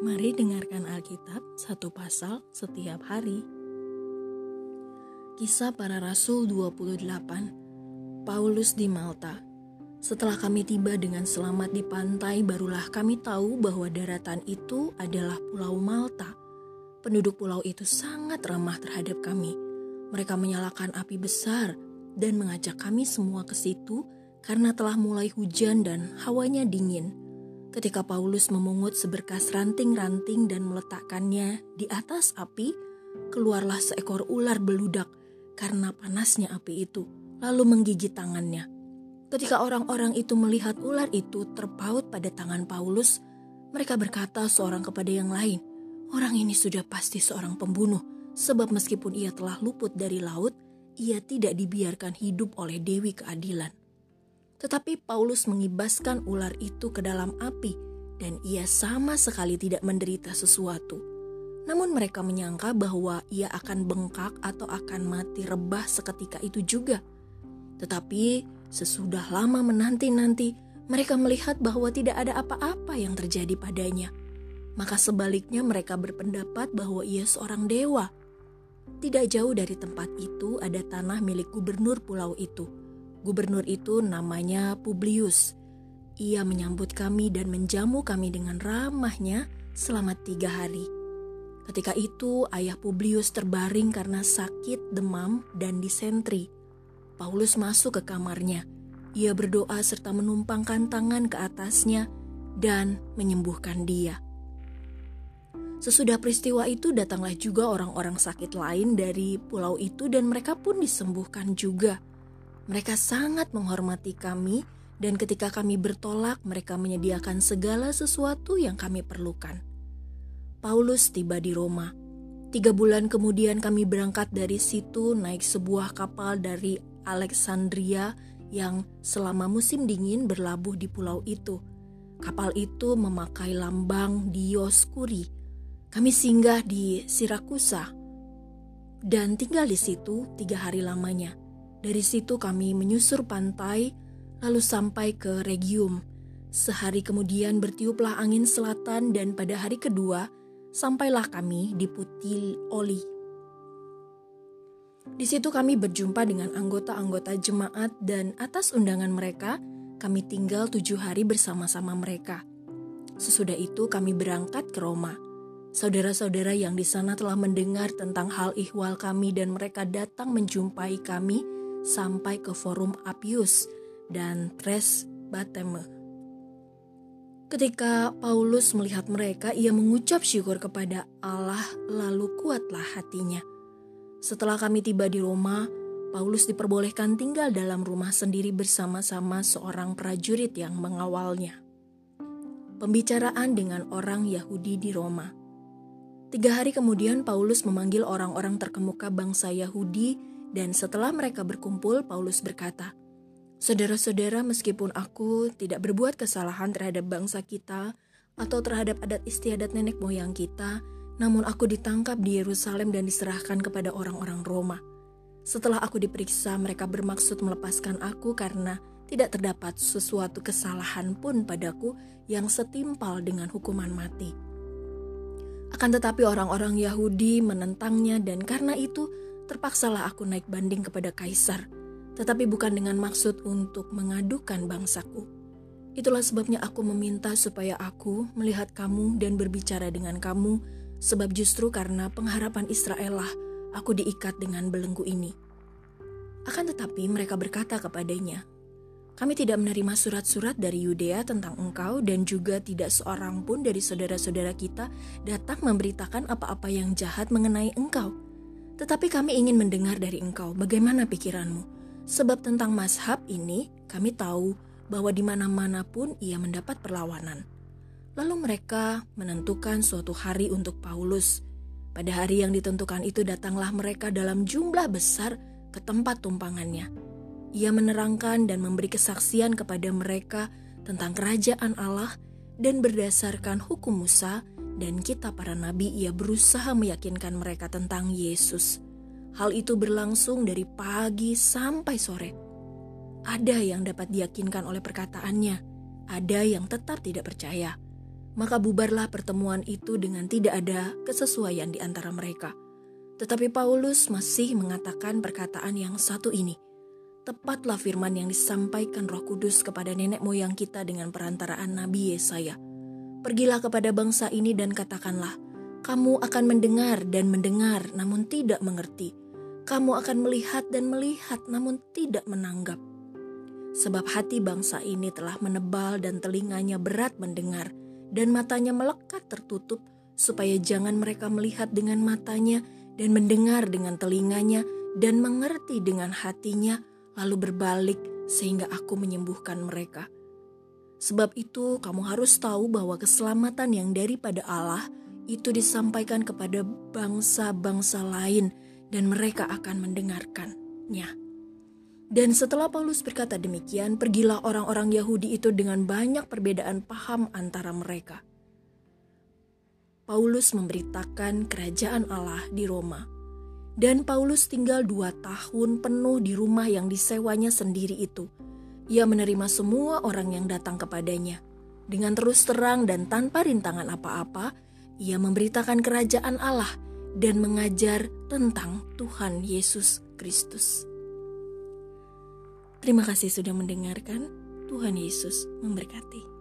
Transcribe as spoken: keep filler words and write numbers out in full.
Mari dengarkan Alkitab satu pasal setiap hari. Kisah Para Rasul dua puluh delapan. Paulus di Malta. Setelah kami tiba dengan selamat di pantai, barulah kami tahu bahwa daratan itu adalah Pulau Malta. Penduduk pulau itu sangat ramah terhadap kami. Mereka menyalakan api besar dan mengajak kami semua ke situ karena telah mulai hujan dan hawanya dingin. Ketika Paulus memungut seberkas ranting-ranting dan meletakkannya di atas api, keluarlah seekor ular beludak karena panasnya api itu, lalu menggigit tangannya. Ketika orang-orang itu melihat ular itu terpaut pada tangan Paulus, mereka berkata seorang kepada yang lain, "Orang ini sudah pasti seorang pembunuh, sebab meskipun ia telah luput dari laut, ia tidak dibiarkan hidup oleh Dewi Keadilan." Tetapi Paulus mengibaskan ular itu ke dalam api, dan ia sama sekali tidak menderita sesuatu. Namun mereka menyangka bahwa ia akan bengkak atau akan mati rebah seketika itu juga. Tetapi sesudah lama menanti-nanti, mereka melihat bahwa tidak ada apa-apa yang terjadi padanya. Maka sebaliknya mereka berpendapat bahwa ia seorang dewa. Tidak jauh dari tempat itu ada tanah milik gubernur pulau itu. Gubernur itu namanya Publius. Ia menyambut kami dan menjamu kami dengan ramahnya selama tiga hari. Ketika itu ayah Publius terbaring karena sakit, demam, dan disentri. Paulus masuk ke kamarnya. Ia berdoa serta menumpangkan tangan ke atasnya dan menyembuhkan dia. Sesudah peristiwa itu datanglah juga orang-orang sakit lain dari pulau itu dan mereka pun disembuhkan juga. Mereka sangat menghormati kami dan ketika kami bertolak mereka menyediakan segala sesuatu yang kami perlukan. Paulus tiba di Roma. Tiga bulan kemudian kami berangkat dari situ naik sebuah kapal dari Alexandria yang selama musim dingin berlabuh di pulau itu. Kapal itu memakai lambang Dioskuri. Kami singgah di Sirakusa dan tinggal di situ tiga hari lamanya. Dari situ kami menyusur pantai lalu sampai ke Rhegium. Sehari kemudian bertiuplah angin selatan dan pada hari kedua sampailah kami di Puteoli. Di situ kami berjumpa dengan anggota-anggota jemaat dan atas undangan mereka kami tinggal tujuh hari bersama-sama mereka. Sesudah itu kami berangkat ke Roma. Saudara-saudara yang di sana telah mendengar tentang hal ihwal kami dan mereka datang menjumpai kami sampai ke Forum Appius dan Tres Bateme. Ketika Paulus melihat mereka, ia mengucap syukur kepada Allah, lalu kuatlah hatinya. Setelah kami tiba di Roma, Paulus diperbolehkan tinggal dalam rumah sendiri bersama-sama seorang prajurit yang mengawalnya. Pembicaraan dengan orang Yahudi di Roma. Tiga hari kemudian Paulus memanggil orang-orang terkemuka bangsa Yahudi dan setelah mereka berkumpul, Paulus berkata, "Saudara-saudara, meskipun aku tidak berbuat kesalahan terhadap bangsa kita atau terhadap adat istiadat nenek moyang kita, namun aku ditangkap di Yerusalem dan diserahkan kepada orang-orang Roma. Setelah aku diperiksa, mereka bermaksud melepaskan aku karena tidak terdapat sesuatu kesalahan pun padaku yang setimpal dengan hukuman mati. Akan tetapi orang-orang Yahudi menentangnya dan karena itu terpaksalah aku naik banding kepada Kaisar, tetapi bukan dengan maksud untuk mengadukan bangsaku. Itulah sebabnya aku meminta supaya aku melihat kamu dan berbicara dengan kamu, sebab justru karena pengharapan Israel lah aku diikat dengan belenggu ini." Akan tetapi mereka berkata kepadanya, "Kami tidak menerima surat-surat dari Yudea tentang engkau dan juga tidak seorang pun dari saudara-saudara kita datang memberitakan apa-apa yang jahat mengenai engkau. Tetapi kami ingin mendengar dari engkau bagaimana pikiranmu. Sebab tentang mazhab ini kami tahu bahwa di mana-mana pun ia mendapat perlawanan." Lalu mereka menentukan suatu hari untuk Paulus. Pada hari yang ditentukan itu datanglah mereka dalam jumlah besar ke tempat tumpangannya. Ia menerangkan dan memberi kesaksian kepada mereka tentang kerajaan Allah dan berdasarkan hukum Musa dan kitab para nabi ia berusaha meyakinkan mereka tentang Yesus. Hal itu berlangsung dari pagi sampai sore. Ada yang dapat diyakinkan oleh perkataannya, ada yang tetap tidak percaya. Maka bubarlah pertemuan itu dengan tidak ada kesesuaian di antara mereka. Tetapi Paulus masih mengatakan perkataan yang satu ini. Tepatlah firman yang disampaikan Roh Kudus kepada nenek moyang kita dengan perantaraan Nabi Yesaya. Pergilah kepada bangsa ini dan katakanlah, kamu akan mendengar dan mendengar namun tidak mengerti. Kamu akan melihat dan melihat namun tidak menanggap. Sebab hati bangsa ini telah menebal dan telinganya berat mendengar dan matanya melekat tertutup supaya jangan mereka melihat dengan matanya dan mendengar dengan telinganya dan mengerti dengan hatinya lalu berbalik sehingga aku menyembuhkan mereka. Sebab itu kamu harus tahu bahwa keselamatan yang daripada Allah itu disampaikan kepada bangsa-bangsa lain dan mereka akan mendengarkannya. Dan setelah Paulus berkata demikian, pergilah orang-orang Yahudi itu dengan banyak perbedaan paham antara mereka. Paulus memberitakan kerajaan Allah di Roma. Dan Paulus tinggal dua tahun penuh di rumah yang disewanya sendiri itu. Ia menerima semua orang yang datang kepadanya. Dengan terus terang dan tanpa rintangan apa-apa, ia memberitakan kerajaan Allah dan mengajar tentang Tuhan Yesus Kristus. Terima kasih sudah mendengarkan. Tuhan Yesus memberkati.